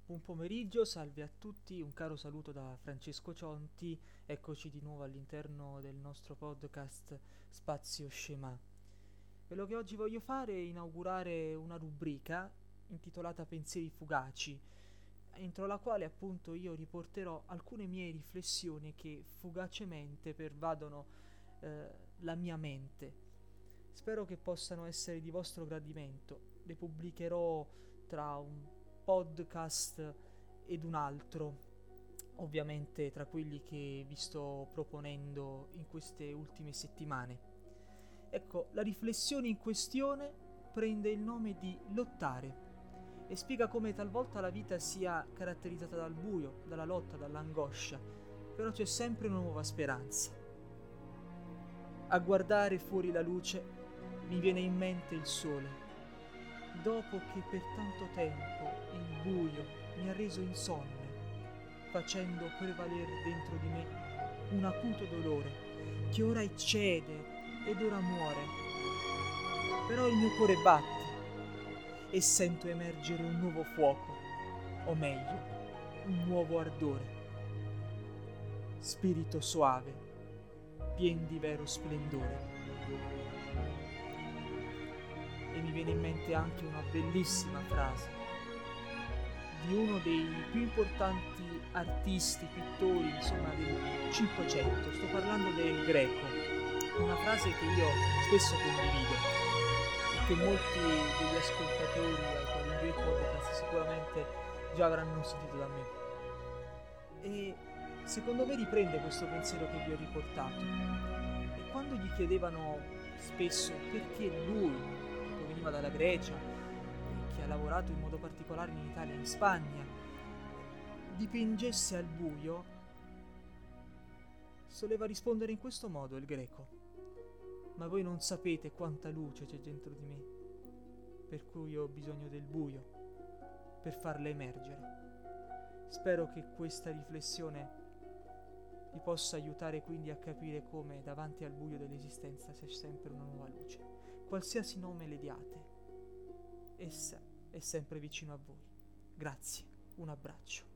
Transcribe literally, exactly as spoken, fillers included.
Buon pomeriggio, salve a tutti, un caro saluto da Francesco Cionti, eccoci di nuovo all'interno del nostro podcast Spazio Scemà. Quello che oggi voglio fare è inaugurare una rubrica intitolata Pensieri fugaci, entro la quale appunto io riporterò alcune mie riflessioni che fugacemente pervadono eh, la mia mente. Spero che possano essere di vostro gradimento, le pubblicherò tra un podcast ed un altro, ovviamente tra quelli che vi sto proponendo in queste ultime settimane. Ecco, la riflessione in questione prende il nome di lottare e spiega come talvolta la vita sia caratterizzata dal buio, dalla lotta, dall'angoscia, però c'è sempre una nuova speranza. A guardare fuori la luce mi viene in mente il sole, dopo che per tanto tempo il buio mi ha reso insonne, facendo prevalere dentro di me un acuto dolore che ora eccede ed ora muore. Però il mio cuore batte e sento emergere un nuovo fuoco, o meglio, un nuovo ardore. Spirito soave, pien di vero splendore. E mi viene in mente anche una bellissima frase di uno dei più importanti artisti, pittori, insomma, del Cinquecento. Sto parlando del Greco. Una frase che io spesso condivido e che molti degli ascoltatori ai quali invio il podcast sicuramente già avranno sentito da me. E secondo me riprende questo pensiero che vi ho riportato. E quando gli chiedevano spesso perché lui, veniva dalla Grecia, che ha lavorato in modo particolare in Italia e in Spagna, dipingesse al buio, soleva rispondere in questo modo il Greco: ma voi non sapete quanta luce c'è dentro di me, per cui ho bisogno del buio per farla emergere. Spero che questa riflessione vi possa aiutare quindi a capire come davanti al buio dell'esistenza c'è sempre una nuova luce. Qualsiasi nome le diate, essa è sempre vicino a voi. Grazie, un abbraccio.